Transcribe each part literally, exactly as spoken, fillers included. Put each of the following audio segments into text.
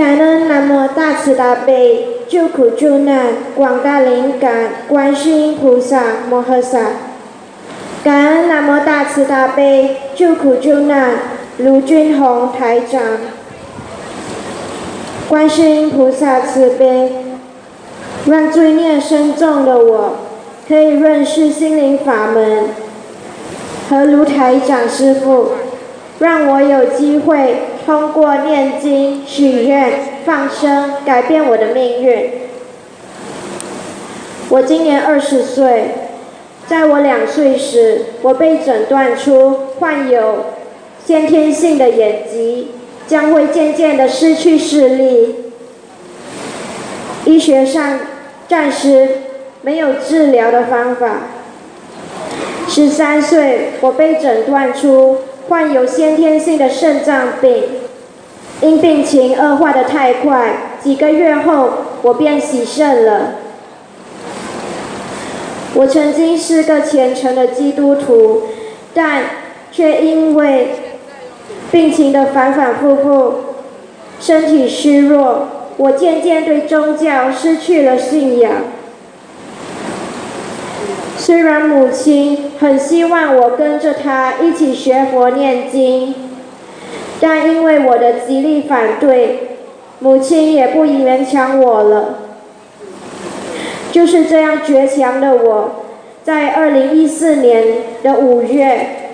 感恩南无大慈大悲救苦救难广大灵感观世音菩萨摩诃萨。感恩南无大慈大悲救苦救难卢军宏台长。观世音菩萨慈悲，让罪孽深重的我可以认识心灵法门，和卢台长师父，让我有机会通过念经、许愿、放生改变我的命运。我今年二十岁，在我两岁时，我被诊断出患有先天性的眼疾，将会渐渐地失去视力。医学上暂时没有治疗的方法。十三岁，我被诊断出患有先天性的肾脏病，因病情恶化得太快，几个月后我便洗肾了。我曾经是个虔诚的基督徒，但却因为病情的反反复复，身体虚弱，我渐渐对宗教失去了信仰。虽然母亲很希望我跟着她一起学佛念经，但因为我的极力反对，母亲也不勉强我了。就是这样倔强的我，在二零一四年的五月，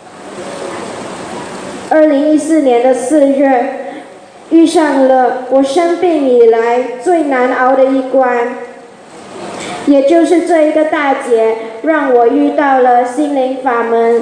二零一四年的四月，遇上了我生病以来最难熬的一关，也就是这一个大劫，让我遇到了心灵法门。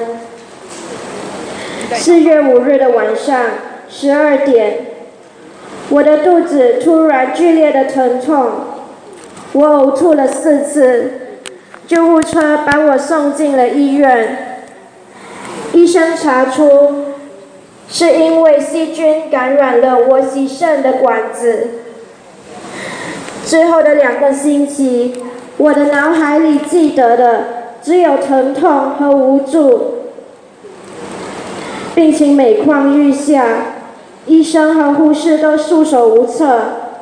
四月五日的晚上十二点，我的肚子突然剧烈的疼痛，我呕吐了四次，救护车把我送进了医院。医生查出是因为细菌感染了我洗肾的管子。之后的两个星期，我的脑海里记得的只有疼痛和无助。病情每况愈下，医生和护士都束手无策。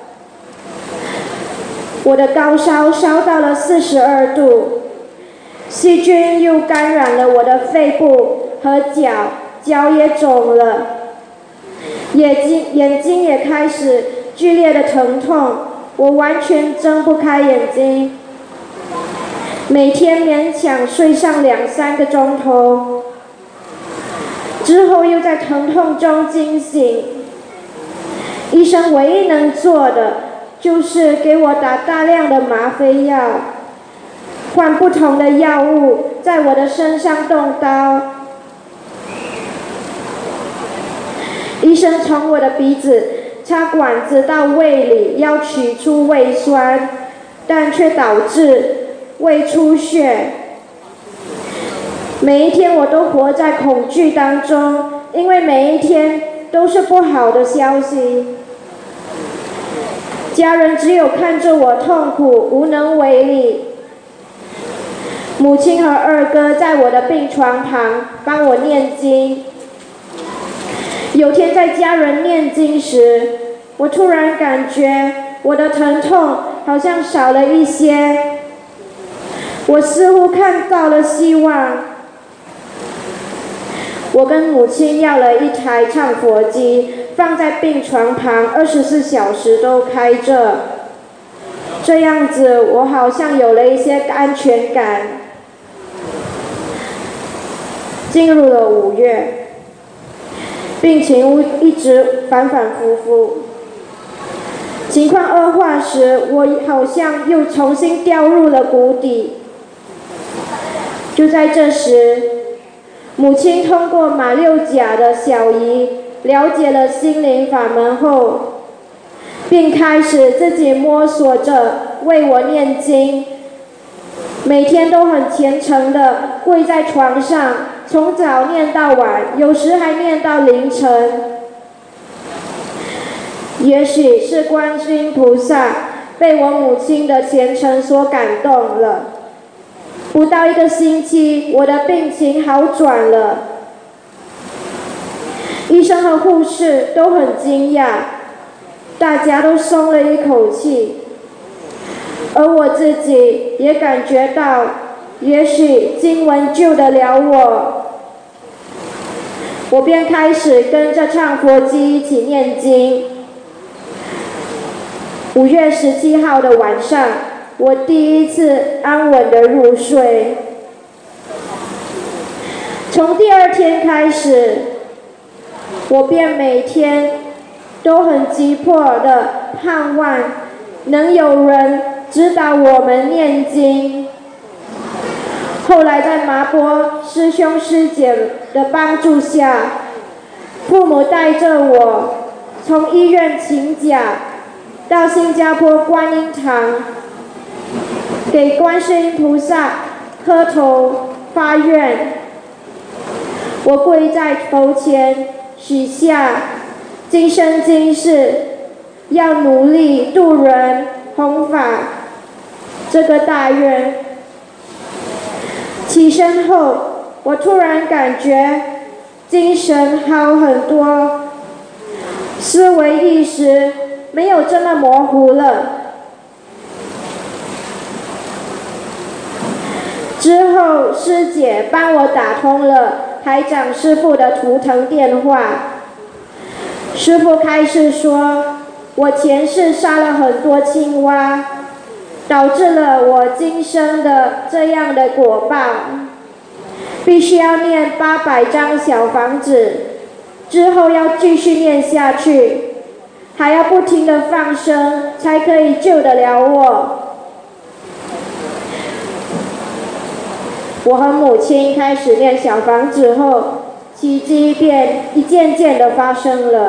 我的高烧烧到了四十二度，细菌又感染了我的肺部和脚，脚也肿了，眼睛眼睛也开始剧烈的疼痛，我完全睁不开眼睛，每天勉强睡上两三个钟头，之后又在疼痛中惊醒。医生唯一能做的就是给我打大量的吗啡药，换不同的药物在我的身上动刀。医生从我的鼻子插管子到胃里，要取出胃酸，但却导致胃出血。每一天我都活在恐惧当中，因为每一天都是不好的消息。家人只有看着我痛苦，无能为力。母亲和二哥在我的病床旁帮我念经。有天在家人念经时，我突然感觉我的疼痛好像少了一些，我似乎看到了希望。我跟母亲要了一台唱佛机，放在病床旁，二十四小时都开着。这样子，我好像有了一些安全感。进入了五月，病情一直反反复复。情况恶化时，我好像又重新掉入了谷底。就在这时，母亲通过马六甲的小姨了解了心灵法门后，并开始自己摸索着为我念经，每天都很虔诚地跪在床上，从早念到晚，有时还念到凌晨。也许是观世音菩萨被我母亲的虔诚所感动了，不到一个星期，我的病情好转了。医生和护士都很惊讶， 大家都松了一口气，而我自己也感觉到，也许经文救得了我。我便开始跟着唱佛机一起念经。五月十七号的晚上，我第一次安稳的入睡。从第二天开始，我便每天都很急迫的盼望能有人指导我们念经。后来在麻波师兄师姐的帮助下，父母带着我从医院请假到新加坡观音堂，给观世音菩萨磕头发愿。我跪在头前许下今生今世要努力度人弘法这个大愿。起身后，我突然感觉精神好很多，思维意识没有这么模糊了。之后，师姐帮我打通了台长师父的图腾电话。师父开示说，我前世杀了很多青蛙，导致了我今生的这样的果报，必须要念八百张小房子，之后要继续念下去，还要不停的放生，才可以救得了我。我和母亲开始念小房子后，奇迹便一件件的发生了。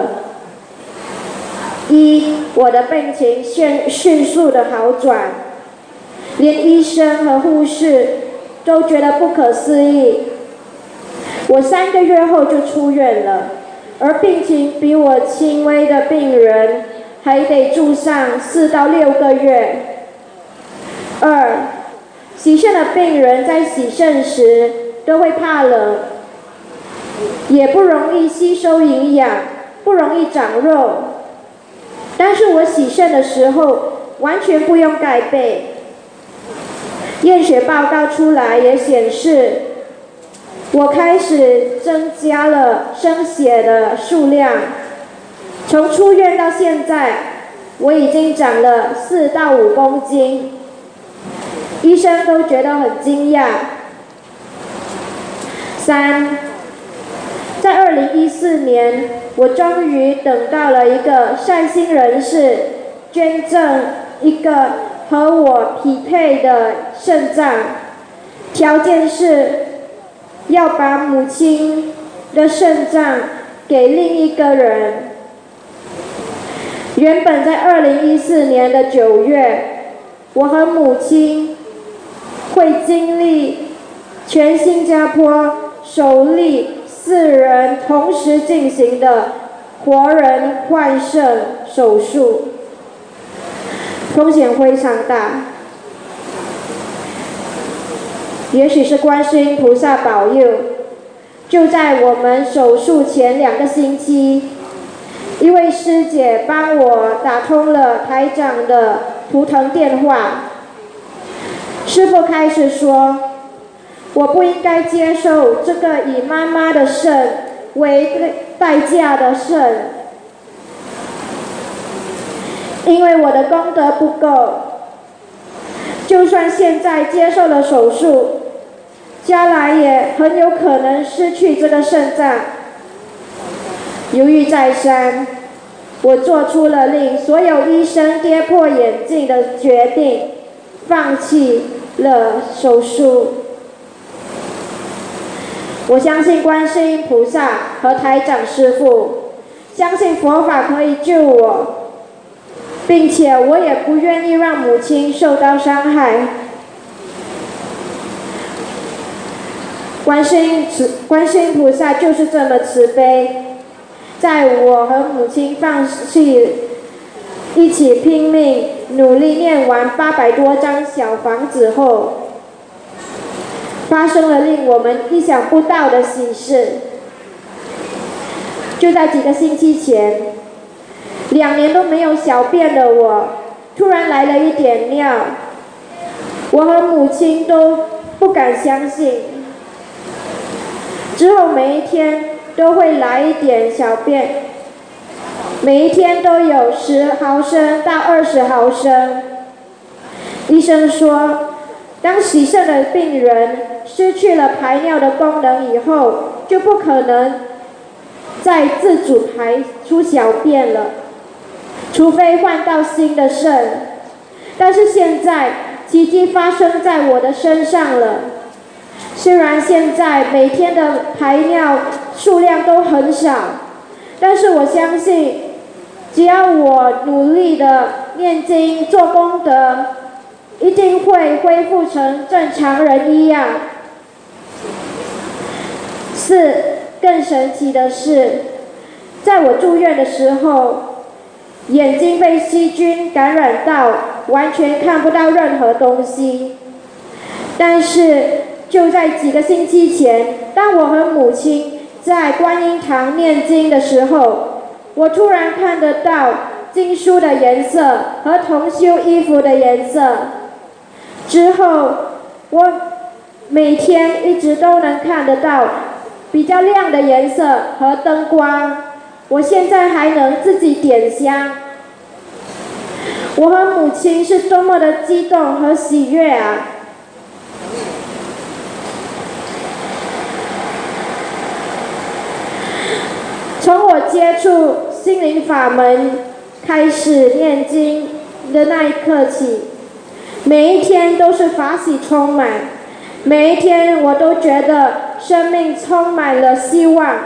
一，我的病情迅迅速的好转，连医生和护士都觉得不可思议。我三个月后就出院了，而病情比我轻微的病人还得住上四到六个月。二，洗肾的病人在洗肾时都会怕冷，也不容易吸收营养，不容易长肉。但是我洗肾的时候完全不用盖被。验血报告出来也显示，我开始增加了生血的数量。从出院到现在，我已经长了四到五公斤。医生都觉得很惊讶。三，在二零一四年，我终于等到了一个善心人士捐赠一个和我匹配的肾脏，条件是要把母亲的肾脏给另一个人。原本在二零一四年的九月，我和母亲会经历全新加坡首例四人同时进行的活人换肾手术，风险非常大。也许是观世音菩萨保佑，就在我们手术前两个星期，一位师姐帮我打通了台长的图腾电话。师父开始说，我不应该接受这个以妈妈的肾为代价的肾，因为我的功德不够，就算现在接受了手术，将来也很有可能失去这个肾脏。犹豫再三，我做出了令所有医生跌破眼镜的决定，放弃了手术。我相信观世音菩萨和台长师父，相信佛法可以救我，并且我也不愿意让母亲受到伤害。观世音慈观世音菩萨就是这么慈悲，在我和母亲放弃一起拼命努力念完八百多张小房子后，发生了令我们意想不到的喜事。就在几个星期前， 两年都没有小便的我，突然来了一点尿，我和母亲都不敢相信。之后每一天都会来一点小便，每一天都有十毫升到二十毫升。医生说，当洗肾的病人失去了排尿的功能以后，就不可能再自主排出小便了，除非换到新的肾。但是现在奇迹发生在我的身上了。虽然现在每天的排尿数量都很少，但是我相信，只要我努力的念经做功德，一定会恢复成正常人一样。四，更神奇的是，在我住院的时候，眼睛被细菌感染到，完全看不到任何东西。但是就在几个星期前，当我和母亲在观音堂念经的时候，我突然看得到经书的颜色和同修衣服的颜色。之后我每天一直都能看得到比较亮的颜色和灯光，我现在还能自己点香。我和母亲是多么的激动和喜悦啊！从我接触心灵法门开始念经的那一刻起，每一天都是法喜充满，每一天我都觉得生命充满了希望。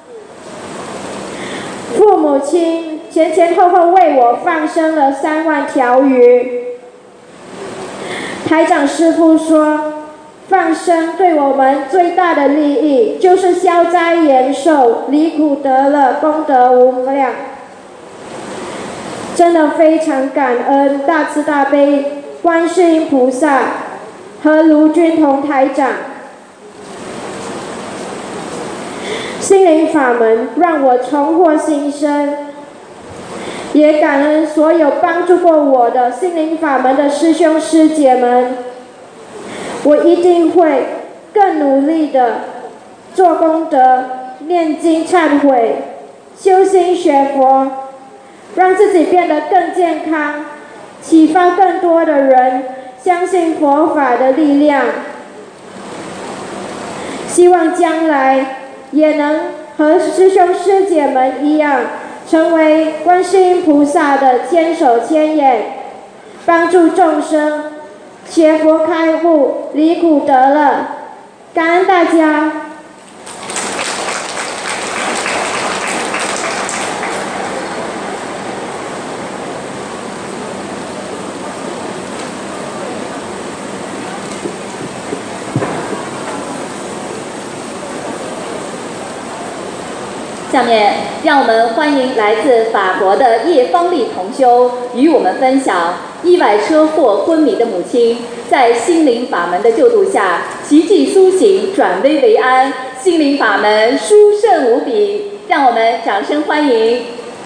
父母亲前前后后为我放生了三万条鱼。台长师父说，放生对我们最大的利益就是消灾延寿，离苦得乐，功德无量。真的非常感恩大慈大悲观世音菩萨和卢军同台长。心灵法门让我重获新生，也感恩所有帮助过我的心灵法门的师兄师姐们。我一定会更努力的做功德、念经忏悔、修心学佛，让自己变得更健康，启发更多的人相信佛法的力量。希望将来也能和师兄师姐们一样，成为观世音菩萨的千手千眼，帮助众生学佛开悟，离苦得乐。感恩大家。 下面让我们欢迎来自法国的叶芳丽同修与我们分享意外车祸昏迷的母亲在心灵法门的救度下奇迹苏醒，转危为安，心灵法门殊胜无比，让我们掌声欢迎。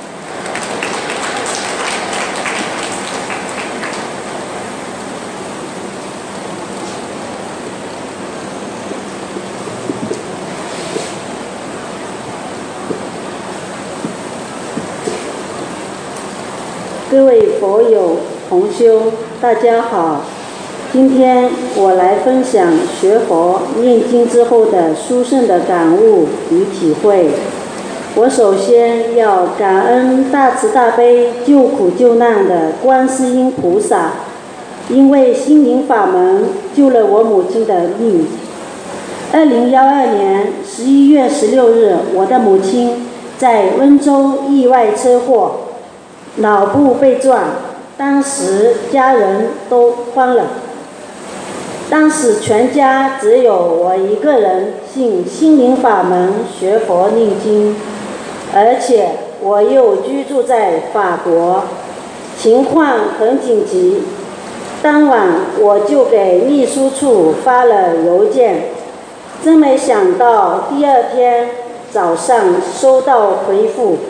各位佛友同修，大家好。今天我来分享学佛念经之后的殊胜的感悟与体会。我首先要感恩大慈大悲救苦救难的观世音菩萨，因为心灵法门救了我母亲的命。二零幺二年十一月十六日，我的母亲在温州意外车祸，脑部被撞，当时家人都慌了。当时全家只有我一个人信心灵法门，学佛念经，而且我又居住在法国，情况很紧急。当晚我就给秘书处发了邮件，真没想到第二天早上收到回复，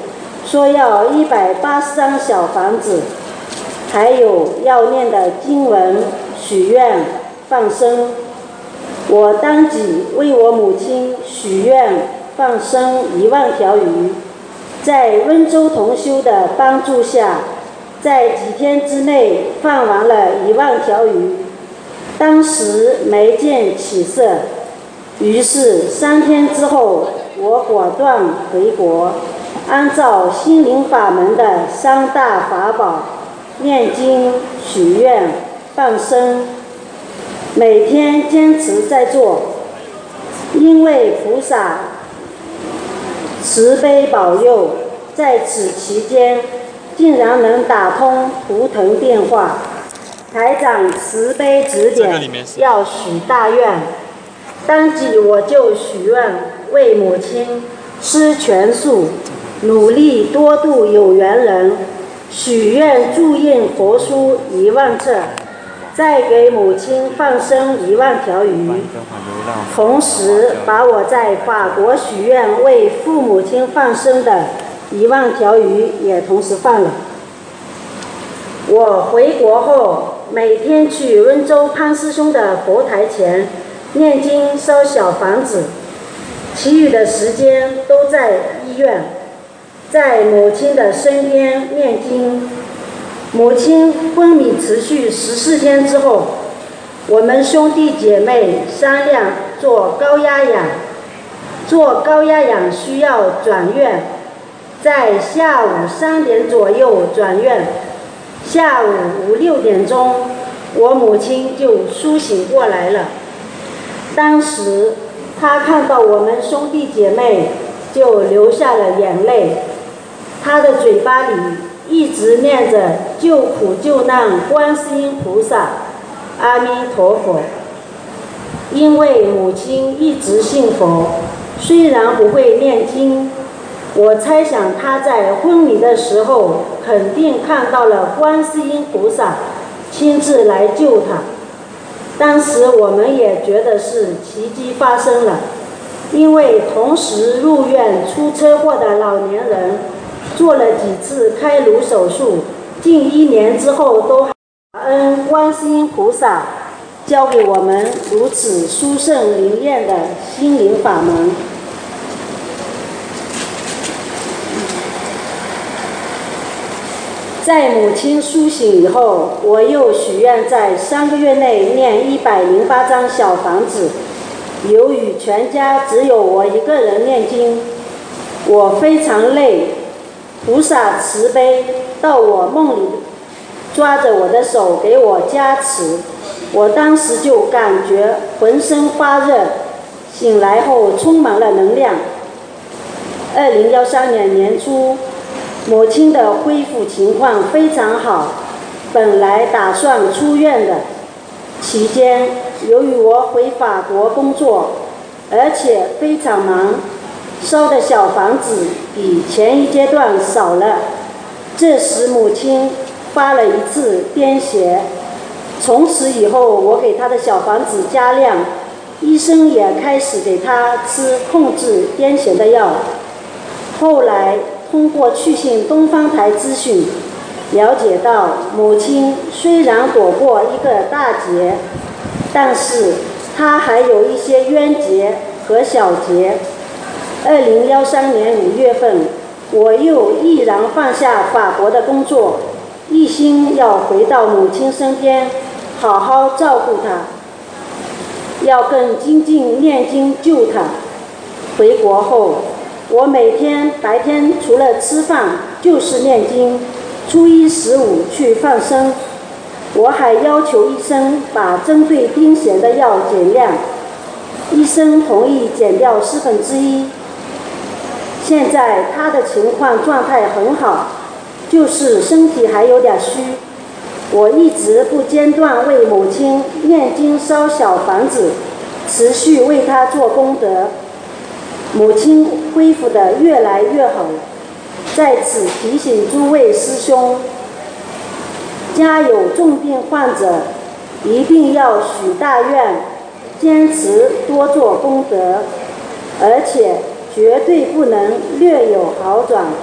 说要一百八十张小房子，还有要念的经文、许愿、放生。我当即为我母亲许愿放生一万条鱼，在温州同修的帮助下，在几天之内放完了一万条鱼。当时没见起色，于是三天之后，我果断回国，按照心灵法门的三大法宝念经、许愿、放生，每天坚持在做。因为菩萨慈悲保佑，在此期间竟然能打通图腾电话。台长慈悲指点，要许大愿，当即我就许愿为母亲施全素，努力多度有缘人，许愿注印佛书一万册，再给母亲放生一万条鱼，同时把我在法国许愿为父母亲放生的一万条鱼也同时放了。我回国后，每天去温州潘师兄的佛台前念经烧小房子，其余的时间都在医院，在母亲的身边念经。母亲昏迷持续十四天之后，我们兄弟姐妹商量做高压氧。做高压氧需要转院，在下午三点左右转院。下午五六点钟，我母亲就苏醒过来了。当时她看到我们兄弟姐妹，就流下了眼泪。她的嘴巴里一直念着救苦救难观世音菩萨，阿弥陀佛。因为母亲一直信佛，虽然不会念经，我猜想她在昏迷的时候肯定看到了观世音菩萨亲自来救她。当时我们也觉得是奇迹发生了，因为同时入院出车祸的老年人做了几次开颅手术，近一年之后都感恩观世音菩萨教给我们如此殊胜灵验的心灵法门。在母亲苏醒以后，我又许愿在三个月内念一百零八张小房子。由于全家只有我一个人念经，我非常累。菩萨慈悲，到我梦里抓着我的手给我加持，我当时就感觉浑身发热，醒来后充满了能量。二零一三年年初，母亲的恢复情况非常好，本来打算出院的。期间，由于我回法国工作，而且非常忙，烧的小房子比前一阶段少了，这时母亲发了一次癫痫。从此以后，我给她的小房子加量，医生也开始给她吃控制癫痫的药。后来通过去信东方台咨询，了解到母亲虽然躲过一个大劫，但是她还有一些冤结和小劫。二零一三年五月份，我又毅然放下法国的工作，一心要回到母亲身边，好好照顾她，要更精进念经救她。回国后，我每天白天除了吃饭就是念经，初一十五去放生。我还要求医生把针对癫痫的药减量，医生同意减掉四分之一。现在他的情况状态很好，就是身体还有点虚。我一直不间断为母亲念经烧小房子，持续为她做功德。母亲恢复得越来越好，在此提醒诸位师兄，家有重病患者一定要许大愿，坚持多做功德，而且绝对不能略有好转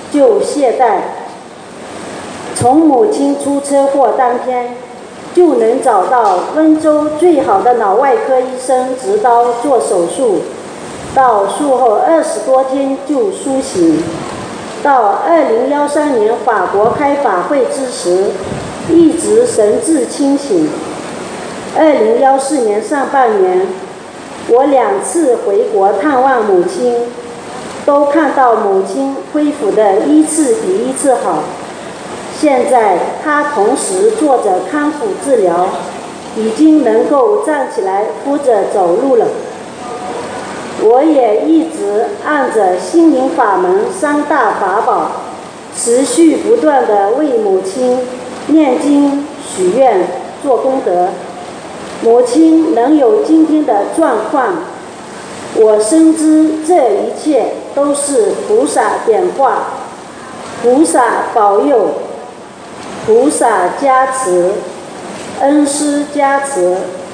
就懈怠。从母亲出车祸当天，就能找到温州最好的脑外科医生执刀做手术，到术后二十多天就苏醒。到二零幺三年法国开法会之时，一直神志清醒。二零幺四年上半年，我两次回国探望母亲，都看到母亲恢复的一次比一次好。现在她同时做着康复治疗，已经能够站起来扶着走路了。我也一直按着心灵法门三大法宝，持续不断地为母亲念经许愿做功德。母亲能有今天的状况，我深知这一切都是菩萨点化，菩萨保佑，菩萨加持，恩师加持。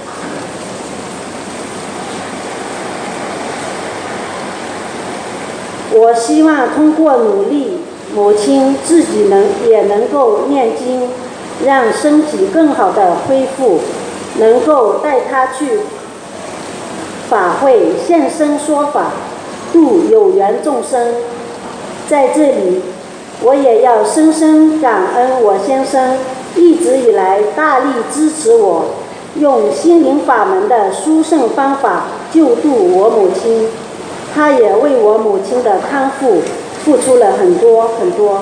我希望通过努力，母亲自己能也能够念经，让身体更好的恢复，能够带她去法会现身说法，度有缘众生。在这里，我也要深深感恩我先生一直以来大力支持我，用心灵法门的殊胜方法救度我母亲。他也为我母亲的康复付出了很多很多。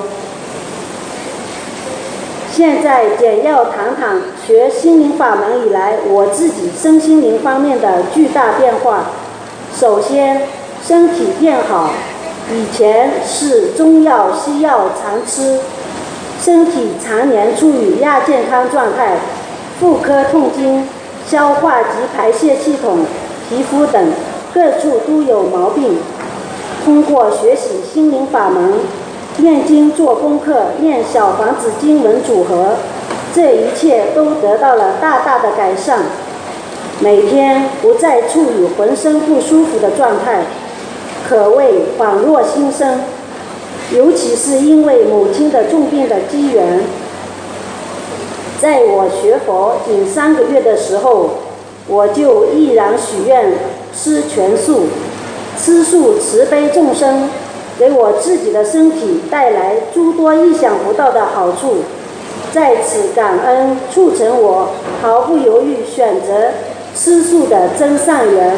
现在简要谈谈学心灵法门以来我自己身心灵方面的巨大变化。首先，身体变好，以前是中药西药常吃，身体常年处于亚健康状态，妇科痛经、消化及排泄系统、皮肤等各处都有毛病。通过学习心灵法门，念经做功课，念小房子经文组合，这一切都得到了大大的改善。每天不再处于浑身不舒服的状态，可谓恍若新生。尤其是因为母亲的重病的机缘，在我学佛仅三个月的时候，我就毅然许愿吃全素，吃素慈悲众生，给我自己的身体带来诸多意想不到的好处。在此感恩促成我毫不犹豫选择吃素的真善缘。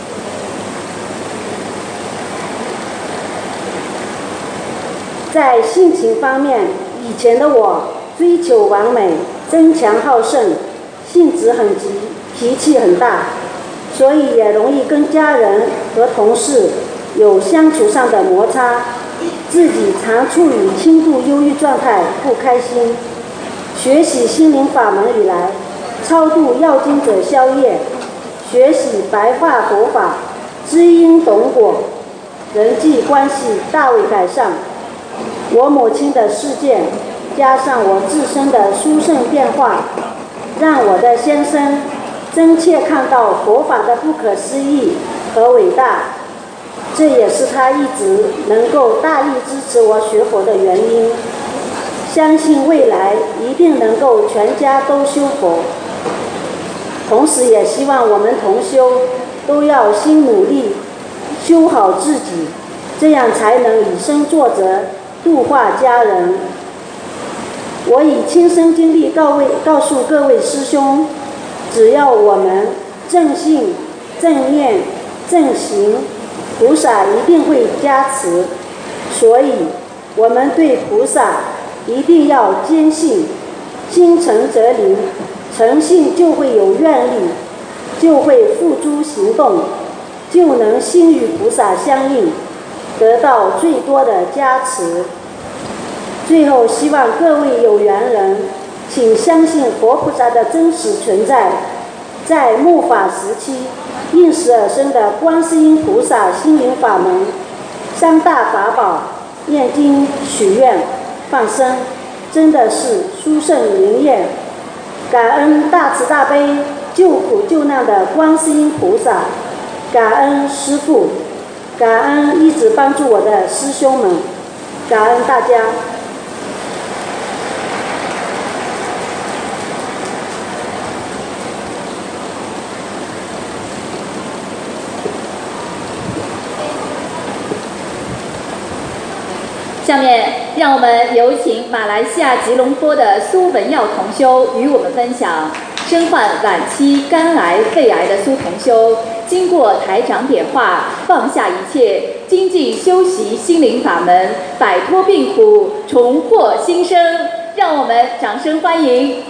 在性情方面，以前的我追求完美，争强好胜，性子很急，脾气很大，所以也容易跟家人和同事有相处上的摩擦，自己常处于轻度忧郁状态，不开心。学习心灵法门以来，超度要经者消业，学习白话佛法，知因懂果，人际关系大为改善。我母亲的事件加上我自身的殊胜变化，让我的先生真切看到佛法的不可思议和伟大，这也是他一直能够大力支持我学佛的原因。相信未来一定能够全家都修佛，同时也希望我们同修都要心努力修好自己，这样才能以身作则，度化家人。我以亲身经历告位告诉各位师兄，只要我们正信、正念、正行，菩萨一定会加持。所以我们对菩萨一定要坚信，心诚则灵，诚信就会有愿力，就会付诸行动，就能心与菩萨相应，得到最多的加持。最后，希望各位有缘人，请相信佛菩萨的真实存在。在末法时期，应时而生的观世音菩萨心灵法门，三大法宝，念经、许愿、放生，真的是殊胜灵验。感恩大慈大悲、救苦救难的观世音菩萨，感恩师父，感恩一直帮助我的师兄们。 感恩大家。 下面让我们有请马来西亚吉隆坡的苏文耀同修与我们分享身患晚期肝癌、肺癌的苏同修，经过台长点化，放下一切，精进修习心灵法门，摆脱病苦，重获新生。让我们掌声欢迎。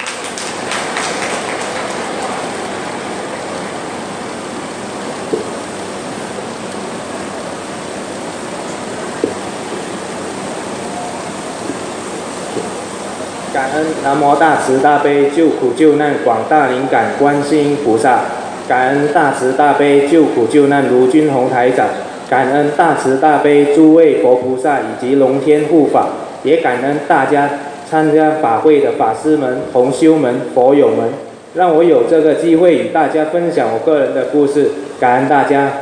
感恩南无大慈大悲救苦救难广大灵感观世音菩萨，感恩大慈大悲救苦救难卢军宏台长，感恩大慈大悲诸位佛菩萨以及龙天护法，也感恩大家参加法会的法师们、同修们、佛友们，让我有这个机会与大家分享我个人的故事，感恩大家。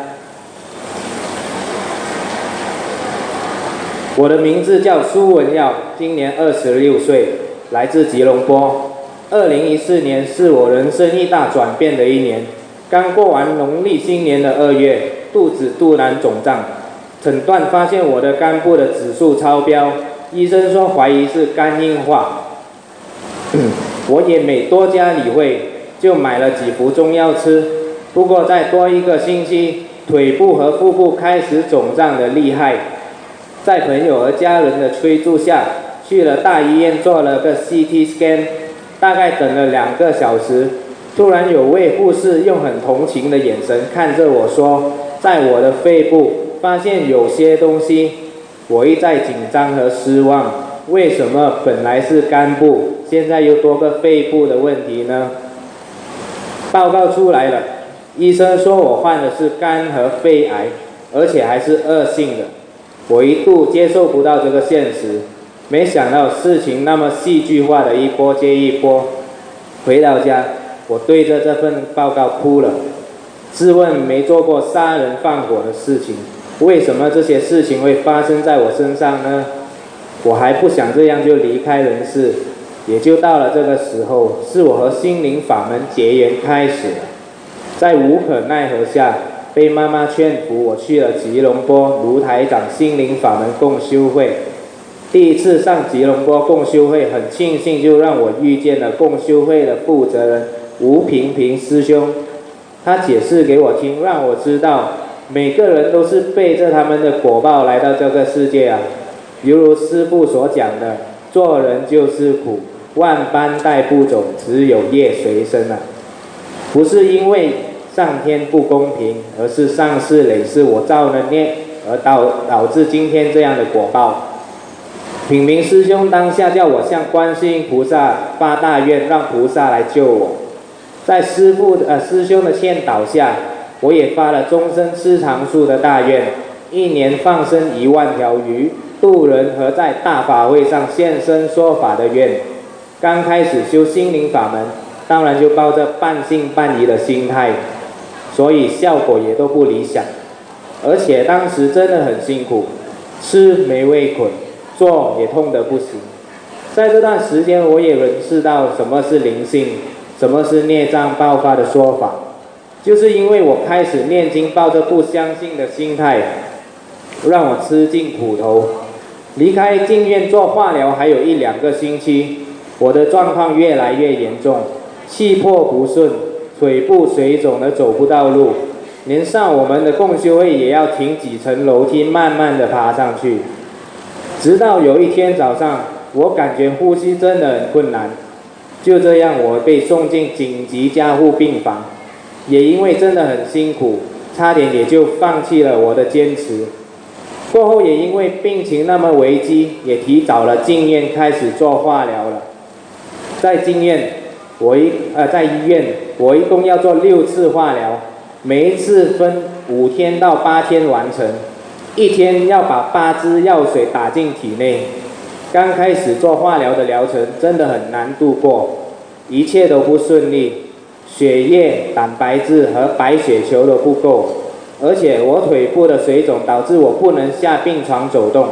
我的名字叫苏文耀，今年二十六岁，来自吉隆坡。二零一四年是我人生一大转变的一年。刚过完农历新年的二月，肚子突然肿胀，诊断发现我的肝部的指数超标，医生说怀疑是肝硬化。我也没多加理会，就买了几服中药吃。不过再多一个星期，腿部和腹部开始肿胀的厉害。在朋友和家人的催促下，去了大医院做了个 C T scan， 大概等了两个小时，突然有位护士用很同情的眼神看着我说，在我的肺部发现有些东西。我一再紧张和失望，为什么本来是肝部，现在又多个肺部的问题呢？报告出来了，医生说我患的是肝和肺癌，而且还是恶性的。我一度接受不到这个现实，没想到事情那么戏剧化的一波接一波。回到家，我对着这份报告哭了。自问没做过杀人放火的事情，为什么这些事情会发生在我身上呢？我还不想这样就离开人世，也就到了这个时候，是我和心灵法门结缘开始了。在无可奈何下，被妈妈劝服，我去了吉隆坡卢台长心灵法门共修会。第一次上吉隆坡共修会，很庆幸就让我遇见了共修会的负责人吴平平师兄。他解释给我听，让我知道每个人都是背着他们的果报来到这个世界啊。犹如师父所讲的，做人就是苦，万般带不走，只有业随身啊。不是因为上天不公平，而是上世累世我造了孽，而导导致今天这样的果报。品明师兄当下叫我向观世音菩萨发大愿，让菩萨来救我。在师父呃师兄的劝导下，我也发了终身吃长素的大愿，一年放生一万条鱼，度人和在大法会上现身说法的愿。刚开始修心灵法门，当然就抱着半信半疑的心态，所以效果也都不理想。而且当时真的很辛苦，吃没胃口，做也痛得不行。在这段时间，我也认识到什么是灵性，什么是孽障爆发的说法。就是因为我开始念经，抱着不相信的心态，让我吃尽苦头。离开进院做化疗还有一两个星期，我的状况越来越严重，气魄不顺，腿部水肿的走不到路，连上我们的共修会也要停几层楼梯，慢慢的爬上去。直到有一天早上，我感觉呼吸真的很困难，就这样我被送进紧急加护病房。也因为真的很辛苦，差点也就放弃了我的坚持。过后也因为病情那么危机，也提早了进院开始做化疗了。在进院，我一呃在医院，我一共要做六次化疗，每一次分五天到八天完成，一天要把八支药水打进体内。刚开始做化疗的疗程真的很难度过，一切都不顺利。血液、蛋白质和白血球都不够，而且我腿部的水肿导致我不能下病床走动，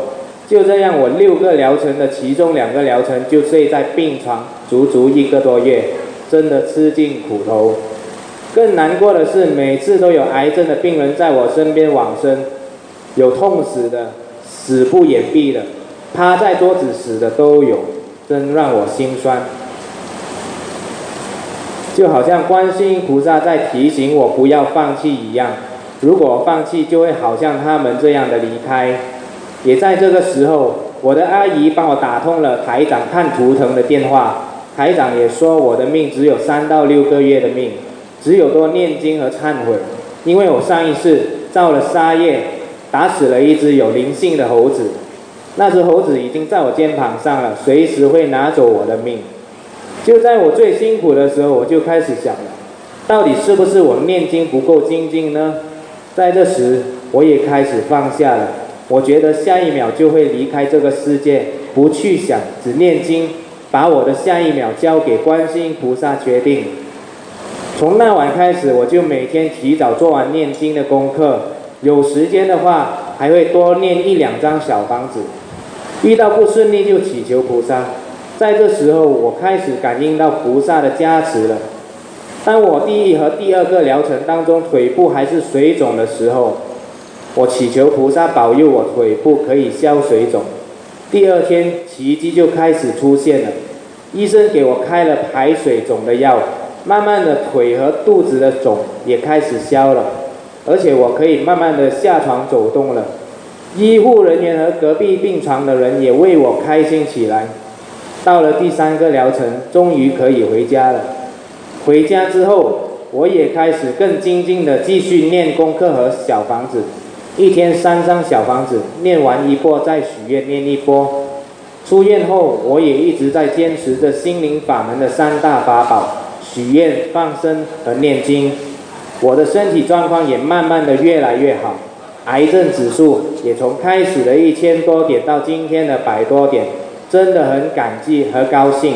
就这样，我六个疗程的其中两个疗程就睡在病床足足一个多月，真的吃尽苦头。更难过的是，每次都有癌症的病人在我身边往生，有痛死的，死不掩蔽的，趴在桌子死的都有，真让我心酸。就好像观世音菩萨在提醒我不要放弃一样，如果我放弃，就会好像他们这样的离开。也在这个时候，我的阿姨帮我打通了台长看图腾的电话，台长也说我的命只有三到六个月的命，只有多念经和忏悔，因为我上一次造了杀业，打死了一只有灵性的猴子，那只猴子已经在我肩膀上了，随时会拿走我的命。就在我最辛苦的时候，我就开始想了，到底是不是我念经不够精进呢？在这时，我也开始放下了。我觉得下一秒就会离开这个世界，不去想，只念经，把我的下一秒交给观世音菩萨决定。从那晚开始，我就每天提早做完念经的功课，有时间的话还会多念一两张小房子。遇到不顺利就祈求菩萨。在这时候，我开始感应到菩萨的加持了。当我第一和第二个疗程当中腿部还是水肿的时候，我祈求菩萨保佑我腿部可以消水肿。第二天奇迹就开始出现了，医生给我开了排水肿的药，慢慢的腿和肚子的肿也开始消了，而且我可以慢慢的下床走动了。医护人员和隔壁病床的人也为我开心起来。到了第三个疗程，终于可以回家了。回家之后，我也开始更精进的继续念功课和小房子，一天三张小房子，念完一波再许愿念一波。出院后，我也一直在坚持着心灵法门的三大法宝：许愿、放生和念经。我的身体状况也慢慢的越来越好，癌症指数也从开始的一千多点到今天的百多点，真的很感激和高兴。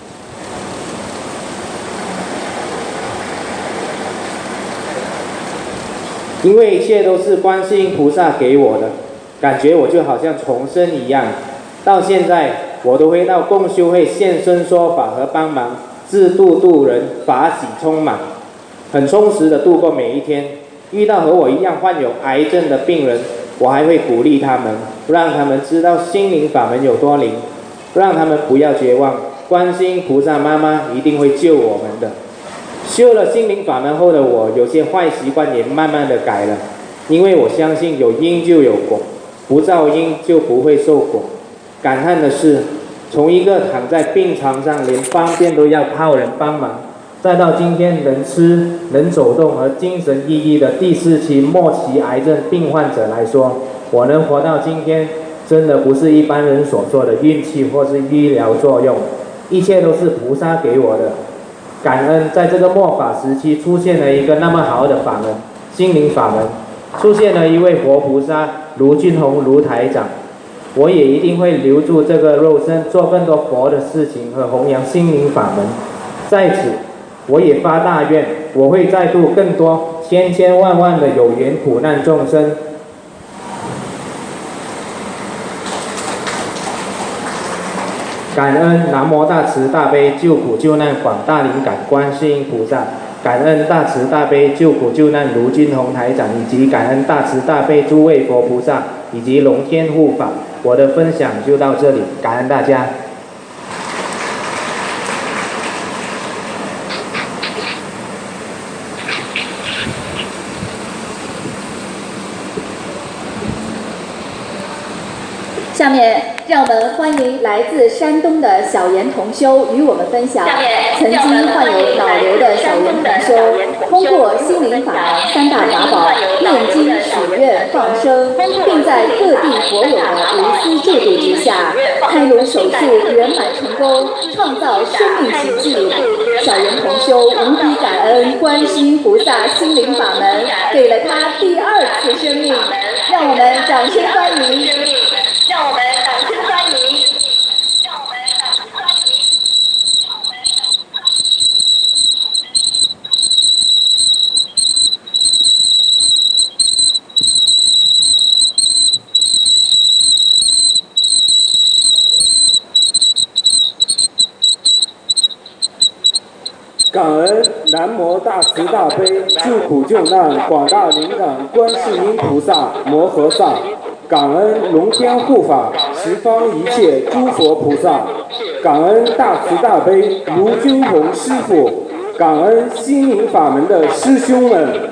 因为一切都是观世音菩萨给我的，感觉我就好像重生一样。到现在，我都会到共修会现身说法和帮忙，自度度人，法喜充满，很充实的度过每一天。遇到和我一样患有癌症的病人，我还会鼓励他们，让他们知道心灵法门有多灵，让他们不要绝望，观世音菩萨妈妈一定会救我们的。修了心灵法门后的我，有些坏习惯也慢慢的改了，因为我相信有因就有果，不造因就不会受果。感叹的是，从一个躺在病床上连方便都要靠人帮忙，再到今天能吃能走动和精神奕奕的第四期末期癌症病患者来说，我能活到今天，真的不是一般人所说的运气或是医疗作用，一切都是菩萨给我的。感恩在这个末法时期出现了一个那么好的法门，心灵法门，出现了一位活菩萨卢俊宏卢台长，我也一定会留住这个肉身，做更多佛的事情和弘扬心灵法门。在此，我也发大愿，我会再度更多千千万万的有缘苦难众生。感恩南无大慈大悲救苦救难广大灵感观世音菩萨，感恩大慈大悲救苦救难卢俊宏台长，以及感恩大慈大悲诸位佛菩萨以及龙天护法。我的分享就到这里，感恩大家。 下面让我们欢迎来自山东的小严同修与我们分享曾经患有脑瘤的小严同修，通过心灵法门三大法宝念经许愿放生，并在各地佛友的无私救助之下，开颅手术圆满成功，创造生命奇迹。小严同修无比感恩观世音菩萨心灵法门给了他第二次生命，让我们掌声欢迎。让我们掌声欢迎，让我们掌声欢迎，让我们掌声欢迎。 感恩南无大慈大悲救苦救难广大灵感观世音菩萨摩诃萨，感恩龙天护法十方一切诸佛菩萨，感恩大慈大悲卢军宏师父，感恩心灵法门的师兄们。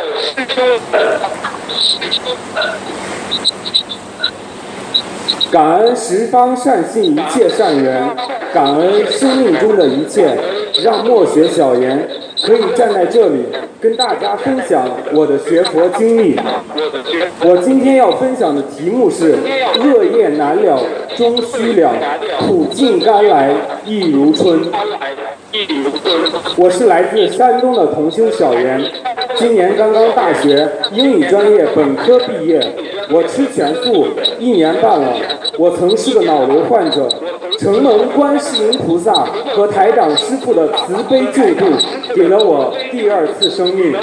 感恩十方善信一切善缘，感恩生命中的一切，让墨学小言可以站在这里跟大家分享我的学佛经历。我今天要分享的题目是恶业难了终须了，苦尽甘来亦如春。我是来自山东的同修小袁，今年刚刚大学英语专业本科毕业。我吃全素一年半了，我曾是个脑瘤患者，承蒙观世音菩萨和台长师父的慈悲救度，给了我第二次生命。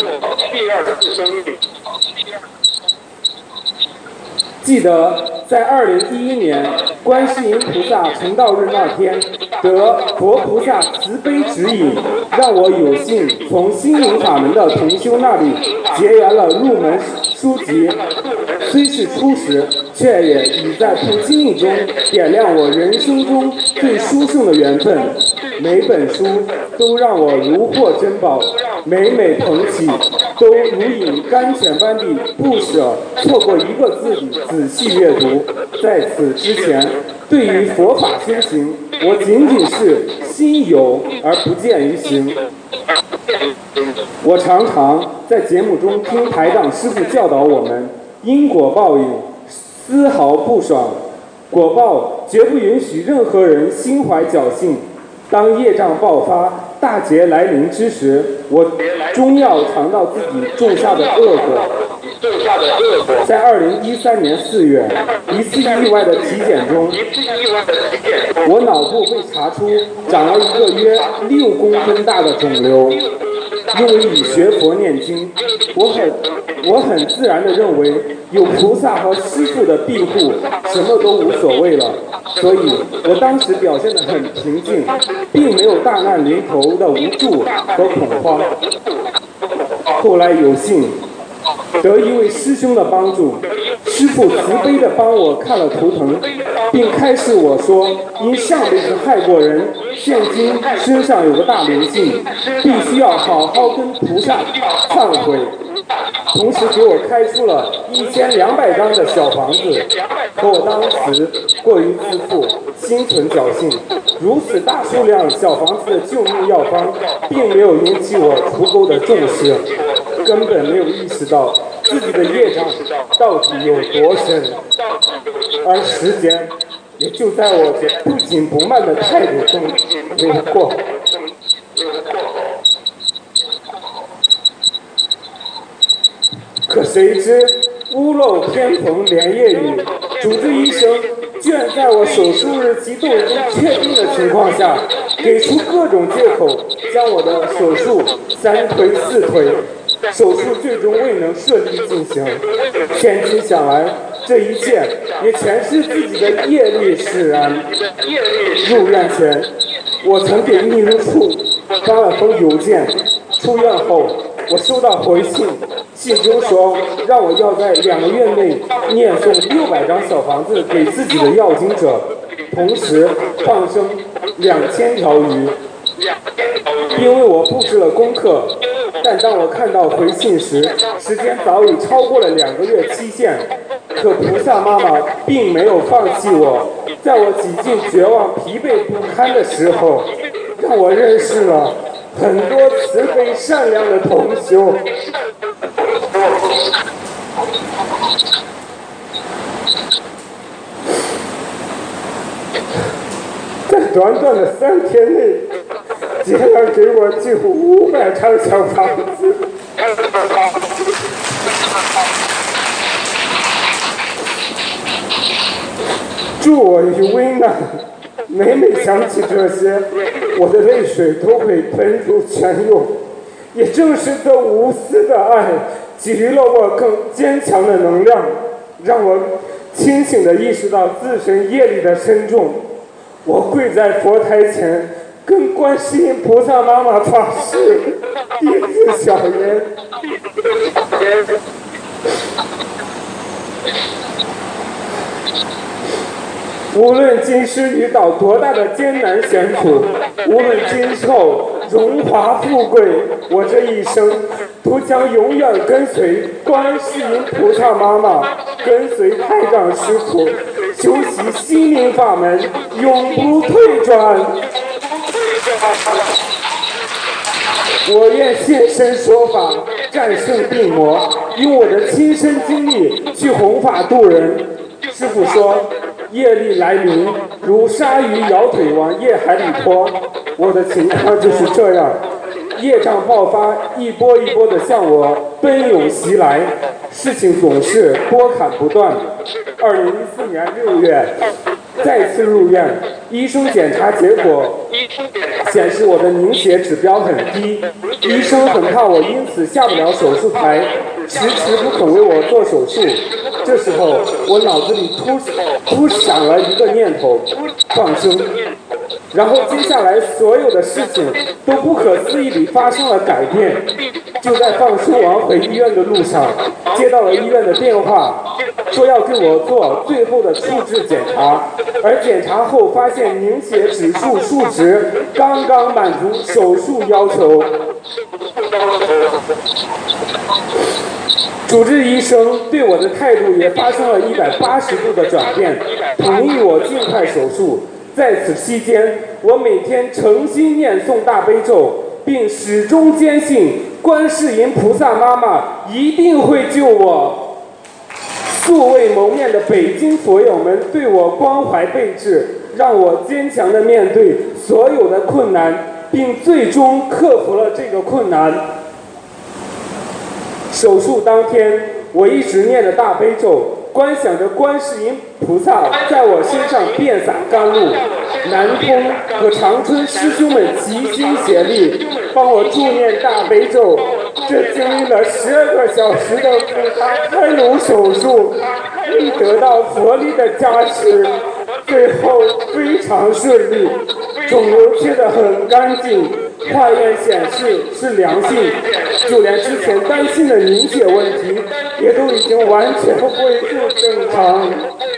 记得在二零一一年观世音菩萨成道日那天，得佛菩萨慈悲指引，让我有幸从心灵法门的同修那里结缘了入门书籍，虽是初识，却也已在普经历中点亮我人生中最殊胜的缘分。每本书都让我如获珍宝，每每捧起都如饮甘泉般地不舍错过一个字的仔细阅读。在此之前，对于佛法修行，我仅仅是心有而不见于行。我常常在节目中听台长师父教导我们，因果报应丝毫不爽，果报绝不允许任何人心怀侥幸。当业障爆发、大劫来临之时，我终要尝到自己种下的恶果。在二零一三年四月，一次意外的体检中，我脑部被查出长了一个约六公分大的肿瘤。因为以学佛念经，我很我很自然地认为有菩萨和师父的庇护，什么都无所谓了。所以我当时表现得很平静，并没有大难临头的无助和恐慌。后来有幸得一位师兄的帮助，师父慈悲地帮我看了图腾，并开示我说，因上辈子害过人，现今身上有个大灵性，必须要好好跟菩萨忏悔。同时给我开出了一千两百张的小房子，可我当时过于自负，心存侥幸，如此大数量小房子的救命药方，并没有引起我足够的重视，根本没有意识到自己的业障到底有多深，而时间也就在我这不紧不慢的态度中流过。可谁知屋漏偏逢连夜雨，主治医生居然在我手术日期都已经确定的情况下，给出各种借口，将我的手术三推四推，手术最终未能顺利进行。千金想来，这一切也全是自己的业力使然。入院前，我曾给秘书处发了封邮件，出院后我收到回信，信中说让我要在两个月内念诵六百张小房子给自己的要经者，同时放生两千条鱼。因为我布置了功课，但当我看到回信时，时间早已超过了两个月期限。可菩萨妈妈并没有放弃我，在我几近绝望、疲惫不堪的时候，让我认识了很多慈悲善良的同修。在短短的三天内，竟然给我救五百张小房子。助我于危难。每每想起这些，我的泪水都会喷出泉涌。也正是这无私的爱，给予了我更坚强的能量，让我清醒地意识到自身业力的深重。我跪在佛台前， 跟观世音菩萨妈妈发誓，弟子小言。无论今世遇到多大的艰难险苦，无论今后荣华富贵，我这一生都将永远跟随观世音菩萨妈妈，跟随台长师傅，修习心灵法门，永不退转。我愿现身说法，战胜病魔，用我的亲身经历去弘法度人。师父说，业力来临，如鲨鱼摇腿往业海里拖。我的情况就是这样，业障爆发，一波一波的向我奔涌袭来，事情总是波坎不断。二零一四年六月，再次入院，医生检查结果显示我的凝血指标很低，医生很怕我因此下不了手术台，迟迟不肯为我做手术。这时候，我脑子里突突闪了一个念头：放生。然后接下来所有的事情都不可思议地发生了改变。就在放生完回医院的路上，接到了医院的电话，说要给我做最后的处置检查，而检查后发现凝血指数数值刚刚满足手术要求。主治医生对我的态度也发生了一百八十度的转变，同意我尽快手术。在此期间，我每天诚心念诵大悲咒，并始终坚信观世音菩萨妈妈一定会救我。素未谋面的北京佛友们对我关怀备至，让我坚强地面对所有的困难，并最终克服了这个困难。手术当天，我一直念着大悲咒，观想着观世音菩萨在我身上遍洒甘露。南通和长春师兄们齐心协力，帮我助念大悲咒。这经历了十二个小时的复杂开颅手术，并得到佛力的加持，最后非常顺利，肿瘤切得很干净，化验显示是良性，就连之前担心的凝血问题也都已经完全恢复正常。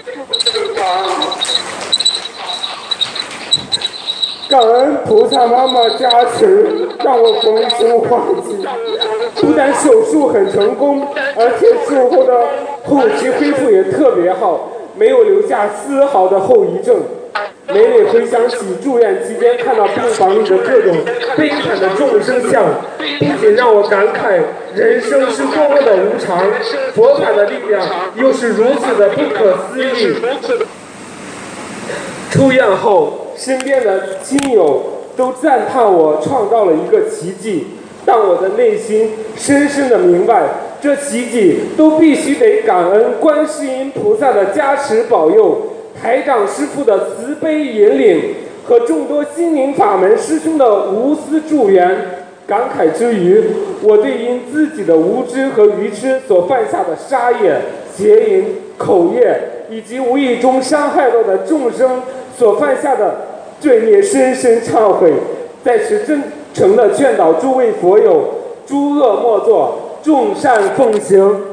感恩菩萨妈妈加持，让我逢生化吉。不但手术很成功，而且术后的后期恢复也特别好，没有留下丝毫的后遗症。每每回想起住院期间看到病房里的各种悲惨的众生相，不仅让我感慨人生是多么的无常，佛法的力量又是如此的不可思议。出院后，身边的亲友都赞叹我创造了一个奇迹，但我的内心深深的明白，这奇迹都必须得感恩观世音菩萨的加持保佑，台长师父的慈悲引领和众多心灵法门师兄的无私助缘。感慨之余，我对因自己的无知和愚痴所犯下的杀业、邪淫、口业，以及无意中伤害到的众生所犯下的罪孽深深忏悔，在此真诚地劝导诸位佛友，诸恶莫作，众善奉行。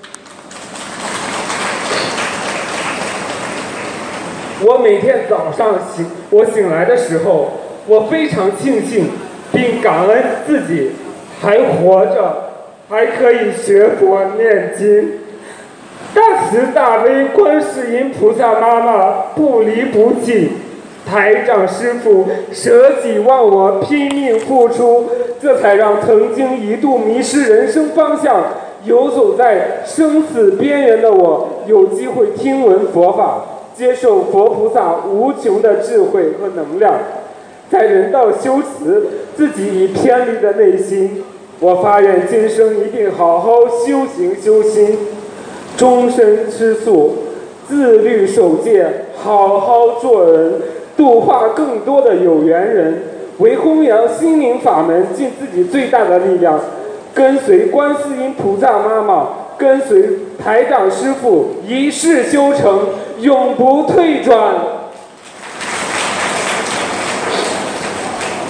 我每天早上醒，我醒来的时候，我非常庆幸并感恩自己还活着，还可以学佛念经。大慈大悲观世音菩萨妈妈不离不弃，台长师父舍己忘我，拼命付出，这才让曾经一度迷失人生方向，游走在生死边缘的我，有机会听闻佛法，接受佛菩萨无穷的智慧和能量。在人道修辞自己已偏离的内心，我发愿今生一定好好修行修心，终身吃素，自律守戒，好好做人，度化更多的有缘人，为弘扬心灵法门尽自己最大的力量，跟随观世音菩萨妈妈，跟随台长师父一世修成，永不退转。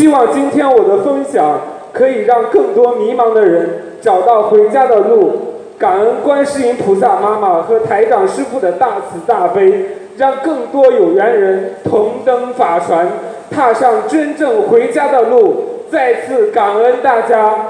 希望今天我的分享可以让更多迷茫的人找到回家的路。感恩观世音菩萨妈妈和台长师父的大慈大悲，让更多有缘人同登法船，踏上真正回家的路。再次感恩大家。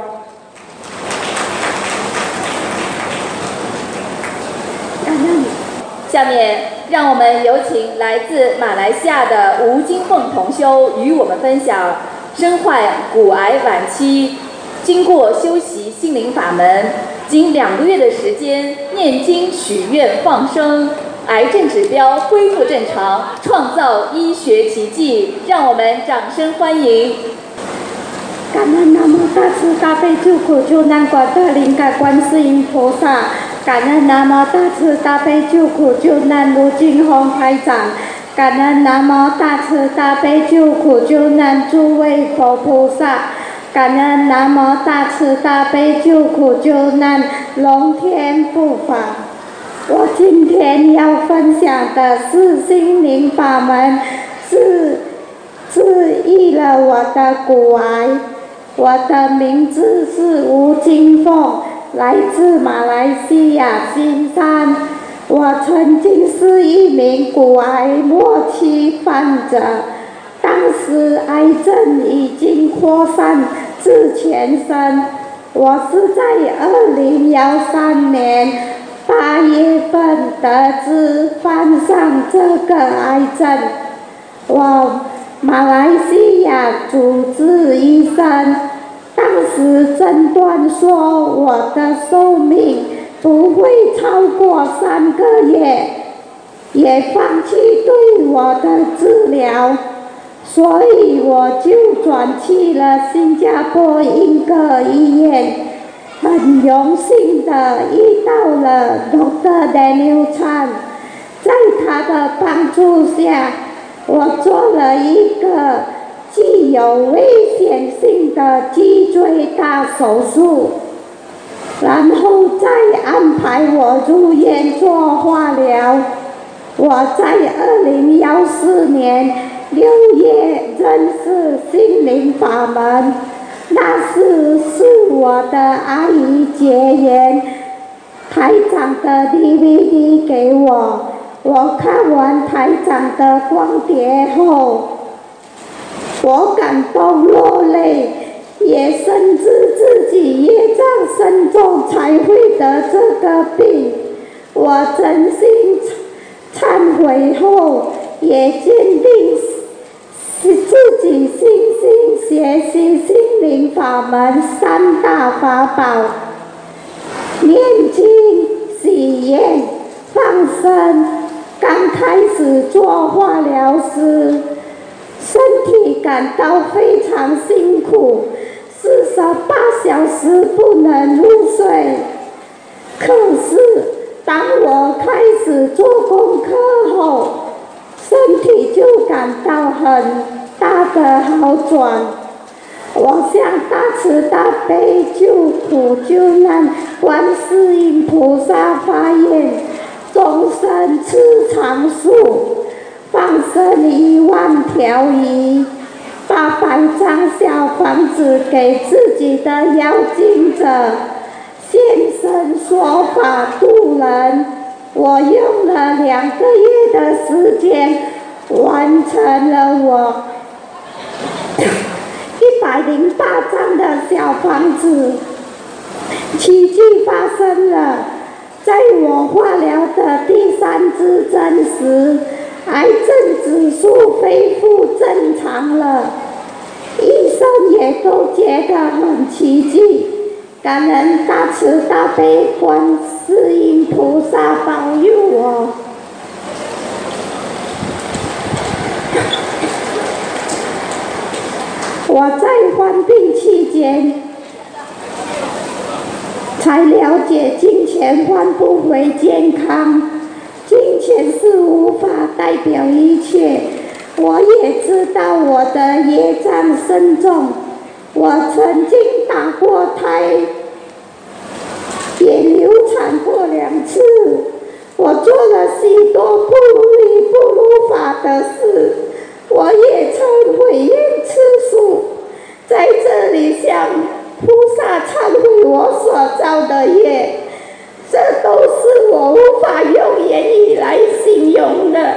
下面让我们有请来自马来西亚的吴金凤同修与我们分享身患骨癌晚期，经过修习心灵法门，经两个月的时间念经许愿放生，癌症指标恢复正常，创造医学奇迹。让我们掌声欢迎。 感恩南无大慈大悲救苦救难广大灵感观世音菩萨，感恩南无大慈大悲救苦救难卢金红台长，感恩南无大慈大悲救苦救难诸位佛菩萨，感恩南无大慈大悲救苦救难龙天护法。我今天要分享的是心灵法门，是治愈了我的骨癌。我的名字是吴金凤，来自马来西亚新山。我曾经是一名骨癌末期患者，当时癌症已经扩散至全身。我是在二零一三年八月份得知患上这个癌症。我马来西亚主治医生当时诊断说我的寿命不会超过三个月，也放弃对我的治疗，所以我就转去了新加坡英歌医院。很荣幸的遇到了 Doctor Daniel Chan， 在他的帮助下，我做了一个具有危险性的脊椎大手术，然后再安排我入院做化疗。我在二零一四年六月认识心灵法门，那时是我的阿姨结缘台长的 D V D 给我。我看完台长的光碟后，我感动落泪，也深知自己业障深重才会得这个病。我真心忏悔后，也坚定是自己信心学习心灵法门三大法宝：念经、许愿、放生。刚开始做化疗时，身体感到非常辛苦，四十八小时不能入睡。可是当我开始做功课后，身体就感到很大的好转。我向大慈大悲救苦救难观世音菩萨发愿，终身吃长素，放生一万条鱼，八百张小房子给自己的要经者，现身说法度人。我用了两个月的时间，完成了我一百零八张的小房子。奇迹发生了，在我化疗的第三支针时，癌症指数恢复正常了，医生也都觉得很奇迹。感恩大慈大悲观世音菩萨保佑我。我在患病期间才了解金钱换不回健康，金钱是无法代表一切。我也知道我的业障深重，我曾经打过胎，也流产过两次，我做了许多不如理不如法的事，我也曾毁愿吃素， 在这里向菩萨忏悔我所造的业，这都是我无法用言语来形容的。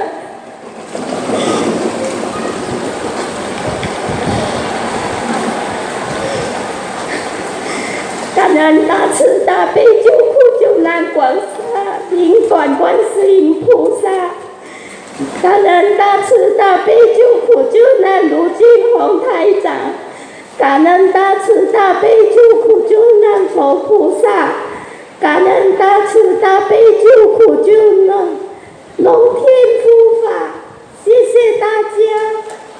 感恩大慈大悲救苦救难广大灵感观世音菩萨，感恩大慈大悲救苦救难卢俊宏台长，感恩大慈大悲救苦救难佛菩萨，感恩大慈大悲救苦救难龙天护法，谢谢大家。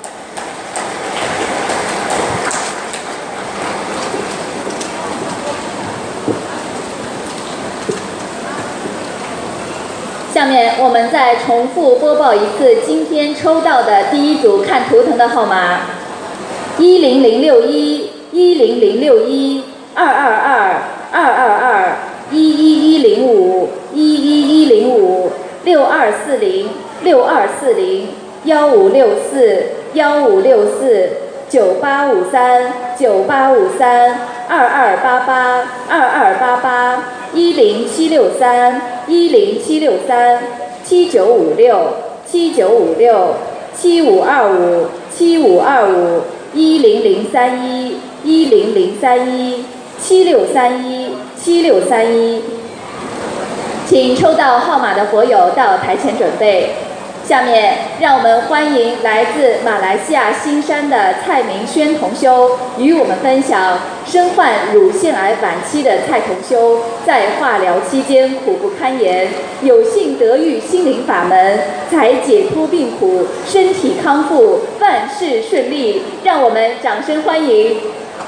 下面我们再重复播报一次今天抽到的第一组看图腾的号码：一零零六一、一零零六一、二二二、二二二、一一一零五、一一一零五、六二四零、六二四零、幺五六四、幺五六四、九八五三、九八五三、二二八八、二二八八、一零七六三、一零七六三、七九五六、七九五六、七五二五、七五二五、一零零三一、一零零三一、七六三一、七六三一。请抽到号码的佛友到台前准备。下面让我们欢迎来自马来西亚新山的蔡明轩同修，与我们分享身患乳腺癌晚期的蔡同修在化疗期间苦不堪言，有幸得遇心灵法门，才解脱病苦，身体康复，万事顺利。让我们掌声欢迎。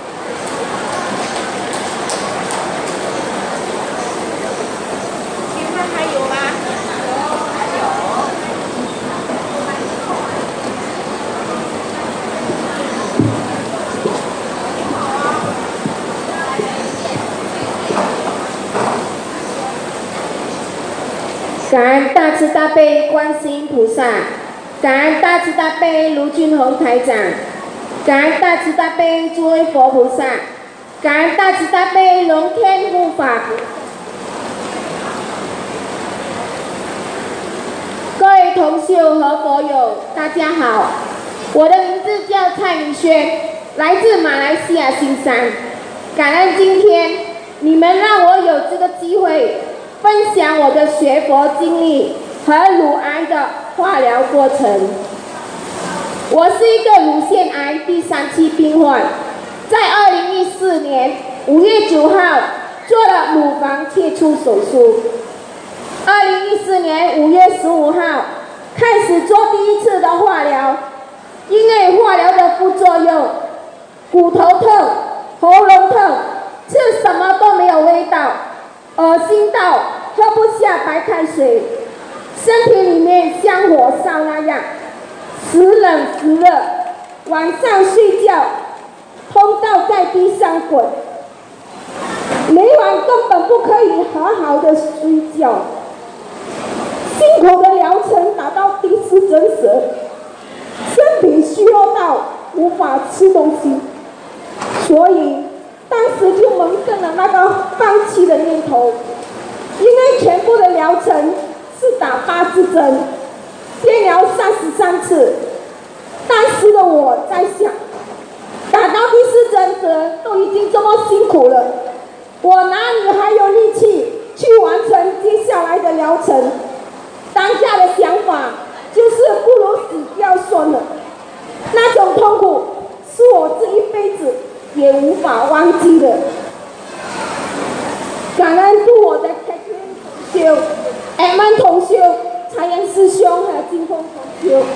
感恩大慈大悲观世音菩萨，感恩大慈大悲卢俊宏台长，感恩大慈大悲诸位佛菩萨，感恩大慈大悲龙天护法。各位同修和佛友，大家好，我的名字叫蔡明轩，来自马来西亚新山。感恩今天你们让我有这个机会分享我的学佛经历和乳癌的化疗过程。我是一个乳腺癌第三期病患，在二零一四年五月九号做了乳房切除手术。二零一四年五月十五号开始做第一次的化疗，因为化疗的副作用，骨头痛、喉咙痛，吃什么都没有味道，恶心到喝不下白开水，身体里面像火烧那样，时冷时热，晚上睡觉痛到在地上滚，每晚根本不可以好好的睡觉。辛苦的疗程达到第四针时，身体虚弱到无法吃东西，所以当时就萌生了那个放弃的念头。因为全部的疗程是打八支针，电疗三十三次。当时的我在想，打到第四针时都已经这么辛苦了，我哪里还有力气去完成接下来的疗程？当下的想法就是不如死掉算了。那种痛苦是我这一辈子也无法忘记的。感恩度我的开天同修、艾曼同修、财源师兄和金峰同修，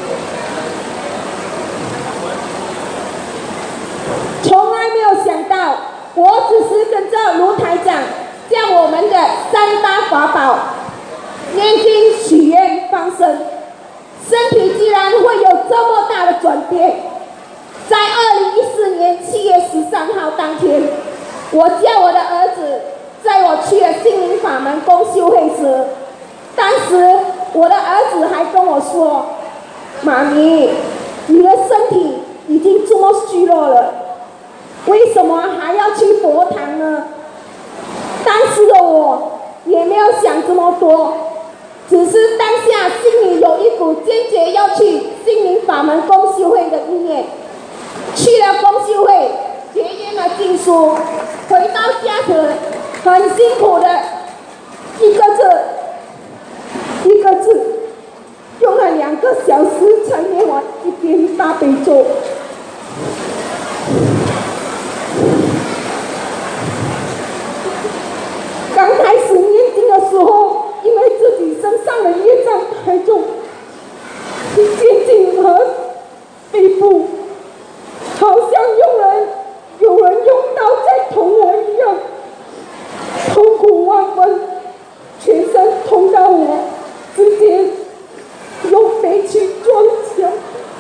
从来没有想到，我只是跟着卢台长将我们的三大法宝念经、许愿、放生，身体居然会有这么大的转变。在二零一四年七月十三号当天，我叫我的儿子在我去了心灵法门公修会时，当时我的儿子还跟我说：“妈咪，你的身体已经这么虚弱了， 为什么还要去佛堂呢？当时的我也没有想这么多，只是当下心里有一股坚决要去心灵法门公修会的意念。去了公修会，结缘了经书，回到家时很辛苦的一个字一个字用了两个小时才念完一遍大悲咒。刚开始念经的时候，因为自己身上的业障太重，肩颈和背部好像有人有人用刀在捅我一样，痛苦万分，全身痛到我直接用背去撞墙。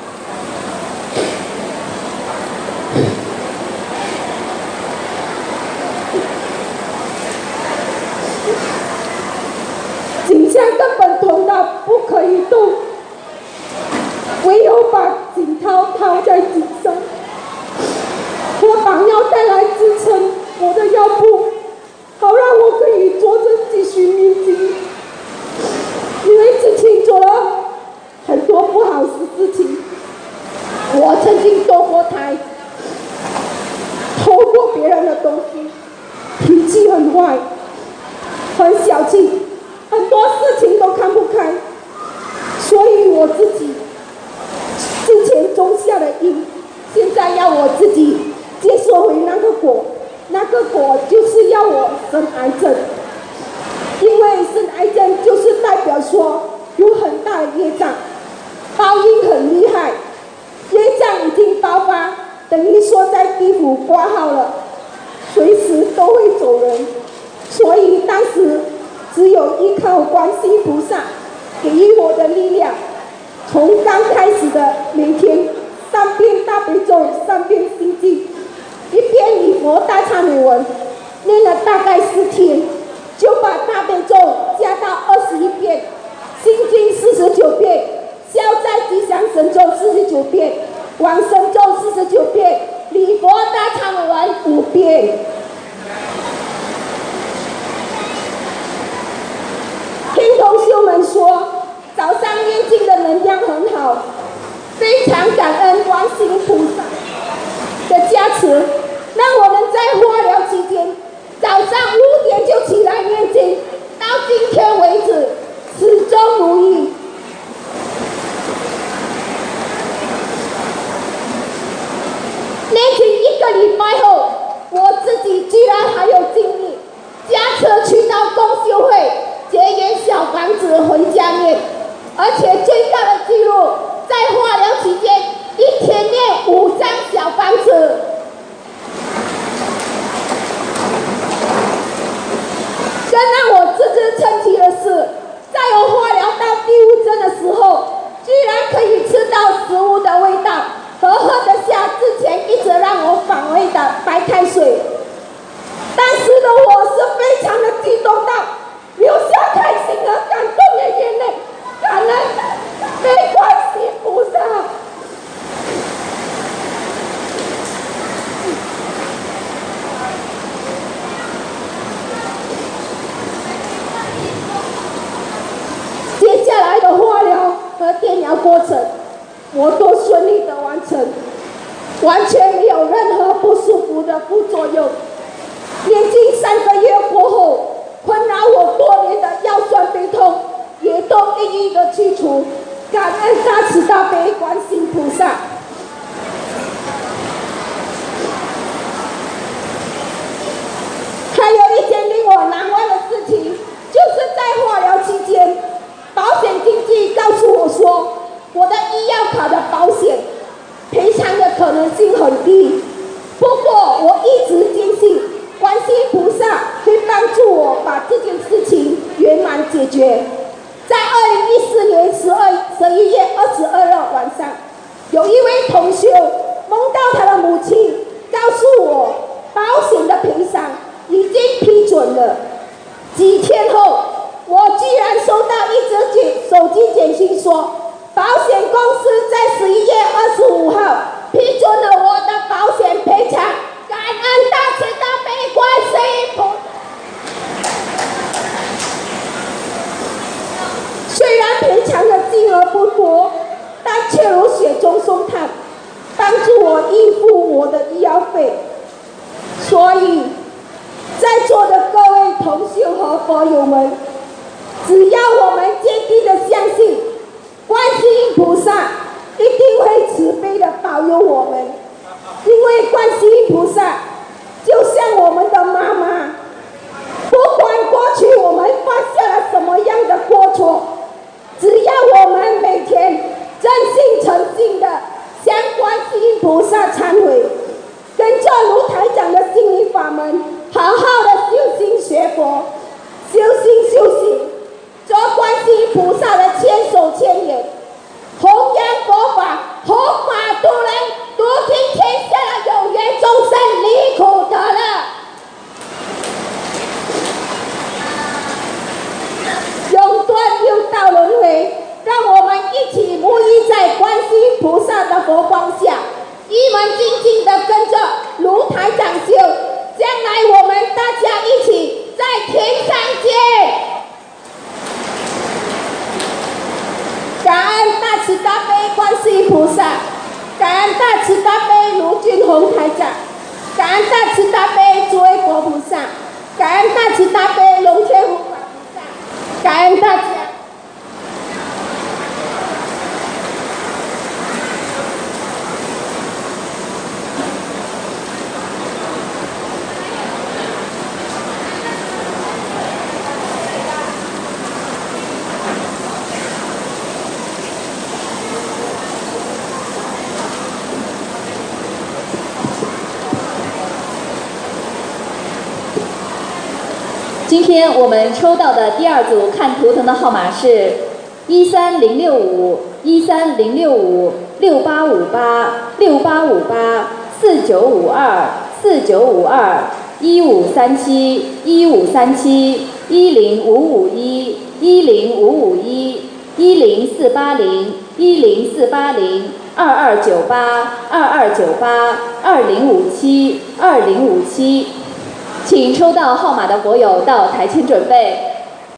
颈项根本痛到不可以动，唯有把颈套套在颈上，和绑腰带来支撑我的腰部，好让我可以坐着继续念经。因为之前做了很多不好的事情，我曾经堕过胎，偷过别人的东西，脾气很坏，很小气，很多事情都看不开，所以我自己之前种下的因，现在要我自己接受回那个果，那个果就是要我生癌症，因为生癌症就是代表说有很大的业障，报应很厉害，业障已经爆发，等于说在地府挂号了，随时都会走人，所以当时只有依靠观世音菩萨给予我的力量，从刚开始的每天三遍大悲咒，三遍心经，一遍礼佛大忏悔文，念了大概四天，就把大悲咒加到二十一遍，心经四十九遍，消灾吉祥神咒四十九遍，往生咒四十九遍，礼佛大忏悔文五遍。听同修们说，早上念经的能量很好，非常感恩观世音菩萨的加持，让我们在化疗期间早上五点就起来念经，到今天为止始终如一。念经一个礼拜后，我自己居然还有精力驾车去到公修会结缘小房子回家念，而且最高的记录在化疗期间一天念五张小房子。更让我自知称奇的是，在我化疗到第五针的时候，居然可以吃到食物的味道，和喝得下之前一直让我反胃的白开水。当时的我是非常的激动到流下开心而感动的眼泪，感恩悲观世音菩萨。接下来的化疗和电疗过程，我都顺利的完成，完全没有任何不舒服的副作用。年经三个月过后，困扰我多年的腰酸背痛也都一一的去除，感恩大慈大悲观世音菩萨。还有一件令我难忘的事情，就是在化疗期间，保险经纪告诉我说，我的医药卡的保险赔偿的可能性很低，不过我一直坚信观世音菩萨会帮助我把这件事情圆满解决。在二零一四年十二十一月二十二日晚上，有一位同修梦到他的母亲告诉我，保险的赔偿已经批准了。几天后，我居然收到一则简手机简讯说，保险公司在十一月二十五号批准了我的保险赔偿，感恩大慈大悲观世音菩萨。虽然平常的金额不多，但却如雪中送炭，帮助我应付我的医药费。所以，在座的各位同修和佛友们，只要我们坚定的相信，观世音菩萨一定会慈悲的保佑我们。因为观世音菩萨就像我们的妈妈，不管过去我们犯下了什么样的过错，只要我们每天真心诚心的向观世音菩萨忏悔，跟着卢台长的心灵法门，好好的修心学佛，修心修行，做观世音菩萨的千手千眼，弘扬佛法，弘法度人，度尽天下的有缘众生离苦得乐。永断六道轮回，让我们一起沐浴在观世音菩萨的佛光下，一门静静的跟着卢台长修，将来我们大家一起在天上见。感恩大慈大悲观世音菩萨，感恩大慈大悲卢俊宏台长，感恩大慈大悲诸位佛菩萨，感恩大慈大悲龙天护法菩萨，感恩大家。 今天我们抽到的第二组看图腾的号码是一三零六五、一三零六五、六八五八、六八五八、四九五二、四九五二、一五三七、一五三七、一零五五一、一零五五一、一零四八零、一零四八零、二二九八、二二九八、二零五七、二零五七。请抽到号码的佛友到台前准备。